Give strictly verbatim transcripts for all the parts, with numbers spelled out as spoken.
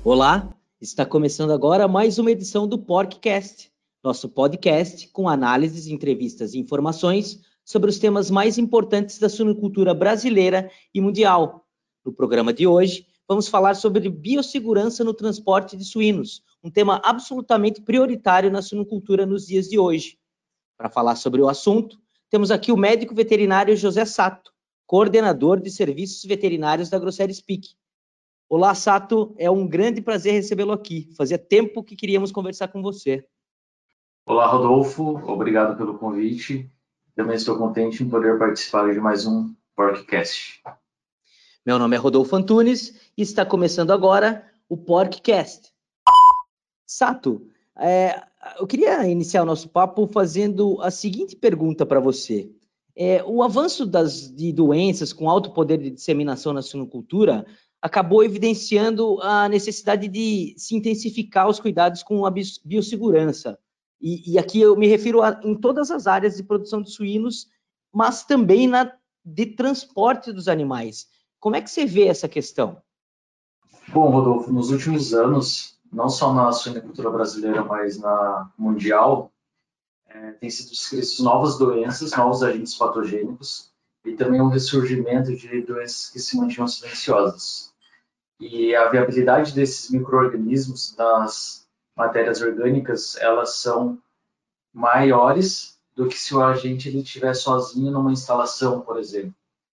Olá, está começando agora mais uma edição do PorcCast, nosso podcast com análises, entrevistas e informações sobre os temas mais importantes da suinocultura brasileira e mundial. No programa de hoje, vamos falar sobre biossegurança no transporte de suínos, um tema absolutamente prioritário na suinocultura nos dias de hoje. Para falar sobre o assunto, temos aqui o médico veterinário José Sato, coordenador de serviços veterinários da Grosseries Speak. Olá, Sato, é um grande prazer recebê-lo aqui. Fazia tempo que queríamos conversar com você. Olá, Rodolfo, obrigado pelo convite. Também estou contente em poder participar de mais um PorcCast. Meu nome é Rodolfo Antunes e está começando agora o PorcCast. Sato, é, eu queria iniciar o nosso papo fazendo a seguinte pergunta para você. É, o avanço das, de doenças com alto poder de disseminação na suinocultura acabou evidenciando a necessidade de se intensificar os cuidados com a biossegurança. E, e aqui eu me refiro a, em todas as áreas de produção de suínos, mas também na de transporte dos animais. Como é que você vê essa questão? Bom, Rodolfo, nos últimos anos, não só na suinocultura brasileira, mas na mundial, é, tem sido descritos novas doenças, novos agentes patogênicos e também um ressurgimento de doenças que se mantinham silenciosas. E a viabilidade desses micro-organismos nas matérias orgânicas, elas são maiores do que se o agente ele estiver sozinho numa instalação, por exemplo.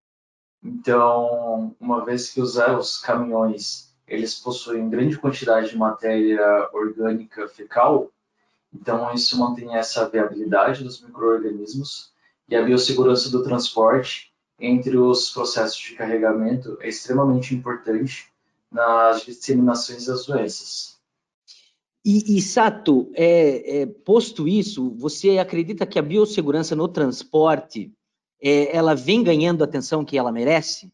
Então, uma vez que os, os caminhões eles possuem grande quantidade de matéria orgânica fecal, então isso mantém essa viabilidade dos micro-organismos e a biossegurança do transporte entre os processos de carregamento é extremamente importante nas disseminações das doenças. E, e Sato, é, é, posto isso, você acredita que a biossegurança no transporte é, ela vem ganhando a atenção que ela merece?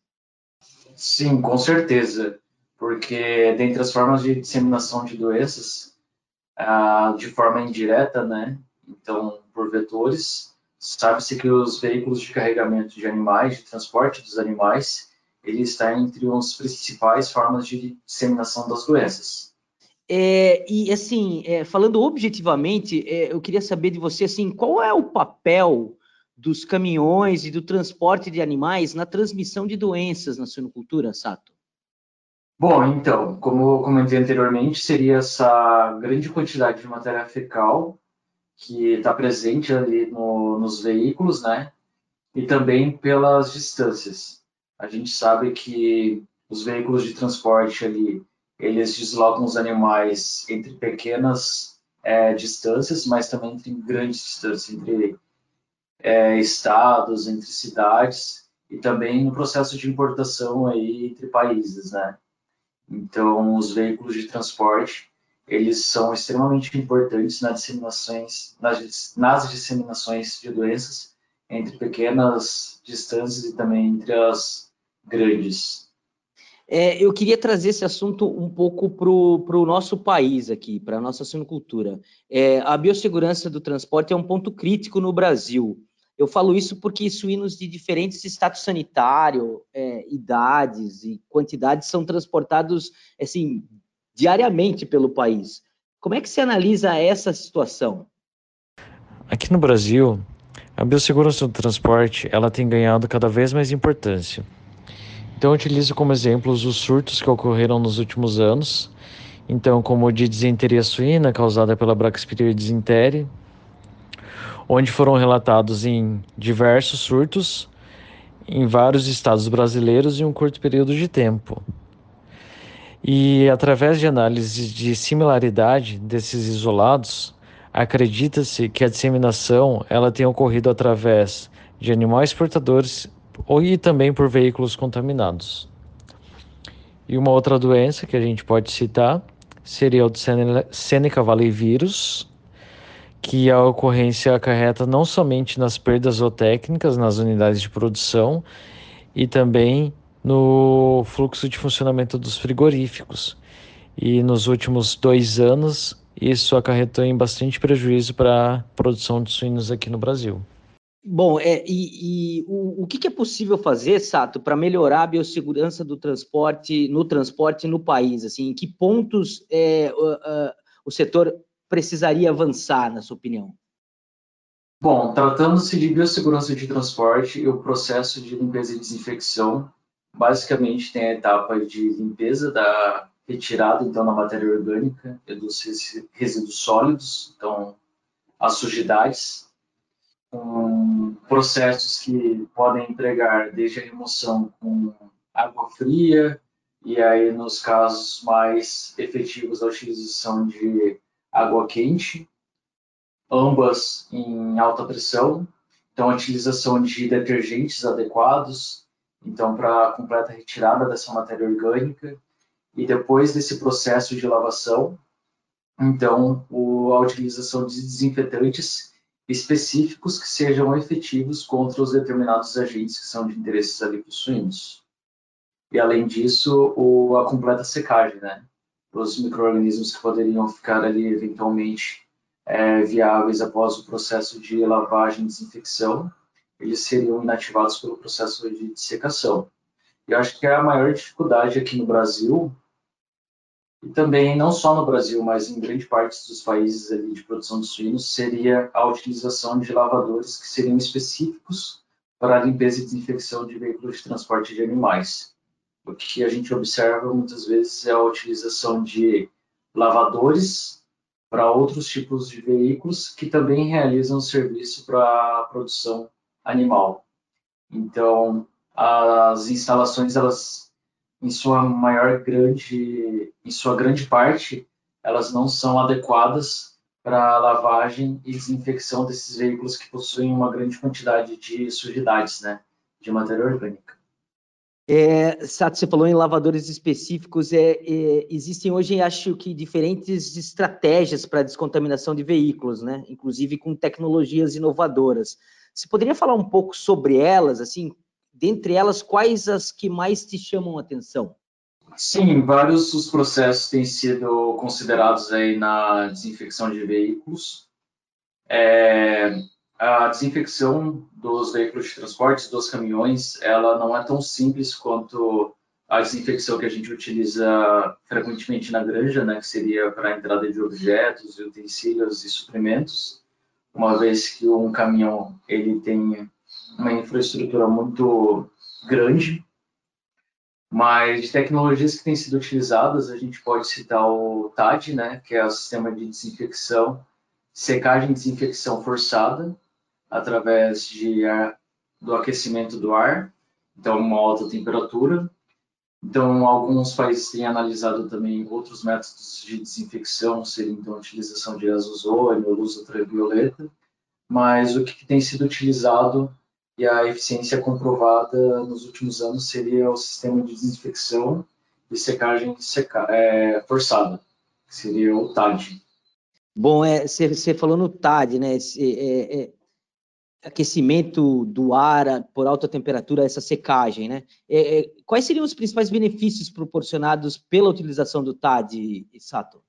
Sim, com certeza, porque dentre as formas de disseminação de doenças, ah, de forma indireta, né? Então, por vetores, sabe-se que os veículos de carregamento de animais, de transporte dos animais, ele está entre as principais formas de disseminação das doenças. É, e assim, é, falando objetivamente, é, eu queria saber de você assim, qual é o papel dos caminhões e do transporte de animais na transmissão de doenças na suinocultura, Sato? Bom, então, como eu comentei anteriormente, seria essa grande quantidade de matéria fecal que está presente ali no, nos veículos, né? E também pelas distâncias. A gente sabe que os veículos de transporte ali, eles deslocam os animais entre pequenas é, distâncias, mas também entre grandes distâncias, entre é, estados, entre cidades e também no processo de importação aí entre países, né? Então, os veículos de transporte, eles são extremamente importantes nas disseminações, nas, nas disseminações de doenças entre pequenas distâncias e também entre as grandes. É, eu queria trazer esse assunto um pouco para o nosso país aqui, para a nossa suinocultura. É, a biossegurança do transporte é um ponto crítico no Brasil. Eu falo isso porque suínos de diferentes status sanitário, é, idades e quantidades são transportados assim, diariamente pelo país. Como é que se analisa essa situação? Aqui no Brasil, a biossegurança do transporte ela tem ganhado cada vez mais importância. Então, eu utilizo como exemplos os surtos que ocorreram nos últimos anos, então como o de disenteria suína causada pela Braxperior dysentery, onde foram relatados em diversos surtos em vários estados brasileiros em um curto período de tempo. E através de análises de similaridade desses isolados, acredita-se que a disseminação ela tem ocorrido através de animais portadores e também por veículos contaminados. E uma outra doença que a gente pode citar seria o de Seneca Valley vírus, que a ocorrência acarreta não somente nas perdas zootécnicas nas unidades de produção e também no fluxo de funcionamento dos frigoríficos. E nos últimos dois anos, isso acarretou em bastante prejuízo para a produção de suínos aqui no Brasil. Bom, é, e, e o, o que, que é possível fazer, Sato, para melhorar a biossegurança do transporte, no transporte no país? Assim, em que pontos é, o, a, o setor precisaria avançar, na sua opinião? Bom, tratando-se de biossegurança de transporte, o processo de limpeza e desinfecção basicamente tem a etapa de limpeza da retirada então da matéria orgânica e dos resíduos sólidos, então as sujidades, com processos que podem empregar desde a remoção com água fria e aí nos casos mais efetivos a utilização de água quente, ambas em alta pressão, então a utilização de detergentes adequados, então para a completa retirada dessa matéria orgânica e depois desse processo de lavação, então o, a utilização de desinfetantes específicos que sejam efetivos contra os determinados agentes que são de interesses ali para os suínos. E além disso, o, a completa secagem, né? Os micro-organismos que poderiam ficar ali eventualmente é, viáveis após o processo de lavagem e desinfecção, eles seriam inativados pelo processo de dessecação. E eu acho que a maior dificuldade aqui no Brasil, e também não só no Brasil, mas em grande parte dos países ali de produção de suínos, seria a utilização de lavadores que seriam específicos para a limpeza e desinfecção de veículos de transporte de animais. O que a gente observa muitas vezes é a utilização de lavadores para outros tipos de veículos que também realizam serviço para a produção animal. Então, as instalações, elas, em sua maior grande, em sua grande parte, elas não são adequadas para a lavagem e desinfecção desses veículos que possuem uma grande quantidade de sujidades, né, de matéria orgânica. É, Sato, você falou em lavadores específicos. É, é, existem hoje, acho que, diferentes estratégias para descontaminação de veículos, né? Inclusive com tecnologias inovadoras. Você poderia falar um pouco sobre elas, assim, dentre elas, quais as que mais te chamam a atenção? Sim, vários dos processos têm sido considerados aí na desinfecção de veículos. É, a desinfecção dos veículos de transporte, dos caminhões, ela não é tão simples quanto a desinfecção que a gente utiliza frequentemente na granja, né, que seria para a entrada de objetos, utensílios e suprimentos, uma vez que um caminhão ele tem uma infraestrutura muito grande. Mas de tecnologias que têm sido utilizadas, a gente pode citar o T A D, né, que é o sistema de desinfecção, secagem e desinfecção forçada, através de ar, do aquecimento do ar, então uma alta temperatura. Então, alguns países têm analisado também outros métodos de desinfecção, seria então a utilização de gás ozônio, luz ultravioleta, mas o que tem sido utilizado e a eficiência comprovada nos últimos anos seria o sistema de desinfecção e secagem seca, é, forçada, que seria o T A D. Bom, é, você, você falou no T A D, né? Esse, é, é, aquecimento do ar por alta temperatura, essa secagem, né? É, é, quais seriam os principais benefícios proporcionados pela utilização do T A D, Sato?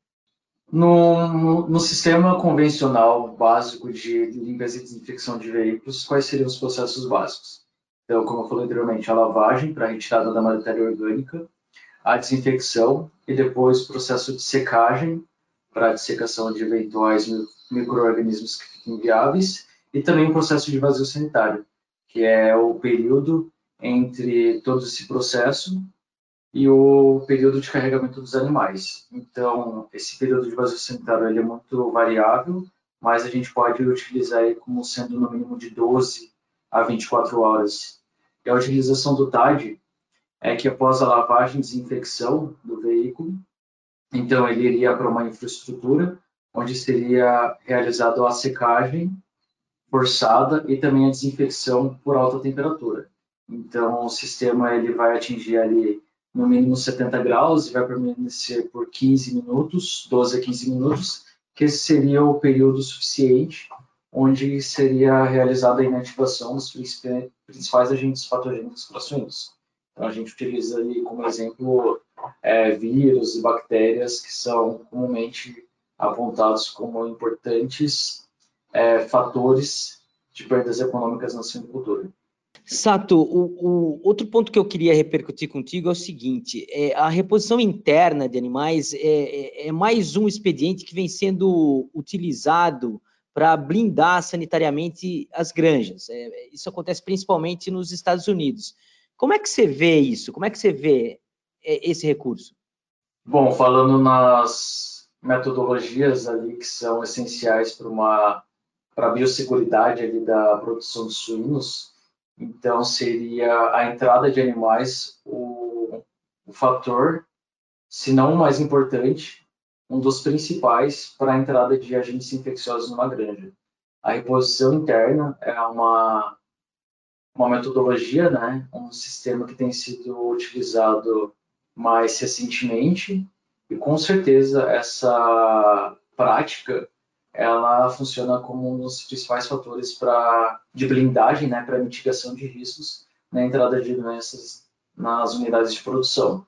No, no, no sistema convencional básico de limpeza e desinfecção de veículos, quais seriam os processos básicos? Então, como eu falei anteriormente, a lavagem para a retirada da matéria orgânica, a desinfecção e depois o processo de secagem para a dissecação de eventuais micro-organismos que fiquem viáveis e também o processo de vazio sanitário, que é o período entre todo esse processo e o período de carregamento dos animais. Então, esse período de vazio sanitário ele é muito variável, mas a gente pode utilizar ele como sendo no mínimo de doze a vinte e quatro horas. E a utilização do T A D é que após a lavagem e desinfecção do veículo, então ele iria para uma infraestrutura onde seria realizada a secagem forçada e também a desinfecção por alta temperatura. Então o sistema ele vai atingir ali no mínimo setenta graus e vai permanecer por quinze minutos, doze a quinze minutos, que esse seria o período suficiente onde seria realizada a inativação dos principais agentes patogênicos para suínos. Então, a gente utiliza ali como exemplo é, vírus e bactérias que são comumente apontados como importantes é, fatores de perdas econômicas na suinocultura. Sato, o, o outro ponto que eu queria repercutir contigo é o seguinte, é, a reposição interna de animais é, é, é mais um expediente que vem sendo utilizado para blindar sanitariamente as granjas. É, isso acontece principalmente nos Estados Unidos. Como é que você vê isso? Como é que você vê é, esse recurso? Bom, falando nas metodologias ali que são essenciais para uma para a biosseguridade ali da produção de suínos, então seria a entrada de animais o, o fator, se não o mais importante, um dos principais para a entrada de agentes infecciosos numa granja. A reposição interna é uma, uma metodologia, né, um sistema que tem sido utilizado mais recentemente e com certeza essa prática ela funciona como um dos principais fatores para de blindagem, né, para mitigação de riscos na entrada de doenças nas unidades de produção,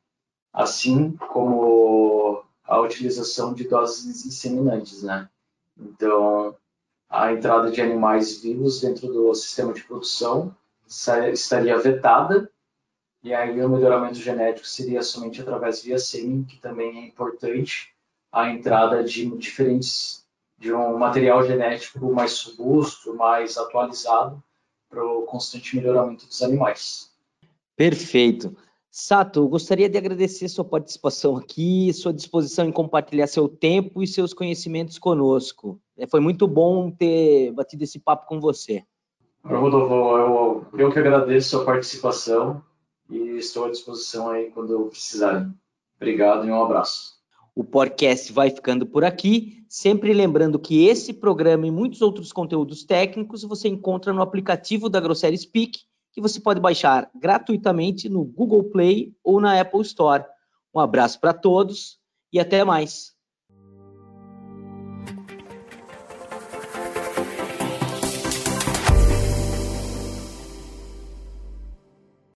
assim como a utilização de doses inseminantes, né. Então, a entrada de animais vivos dentro do sistema de produção estaria vetada, e aí o melhoramento genético seria somente através via sêmen, que também é importante a entrada de diferentes de um material genético mais robusto, mais atualizado para o constante melhoramento dos animais. Perfeito. Sato, eu gostaria de agradecer sua participação aqui, sua disposição em compartilhar seu tempo e seus conhecimentos conosco. Foi muito bom ter batido esse papo com você. Rodolfo, eu, eu que agradeço a sua participação e estou à disposição aí quando precisarem. Obrigado e um abraço. O podcast vai ficando por aqui, sempre lembrando que esse programa e muitos outros conteúdos técnicos você encontra no aplicativo da Grossery Speak, que você pode baixar gratuitamente no Google Play ou na Apple Store. Um abraço para todos e até mais.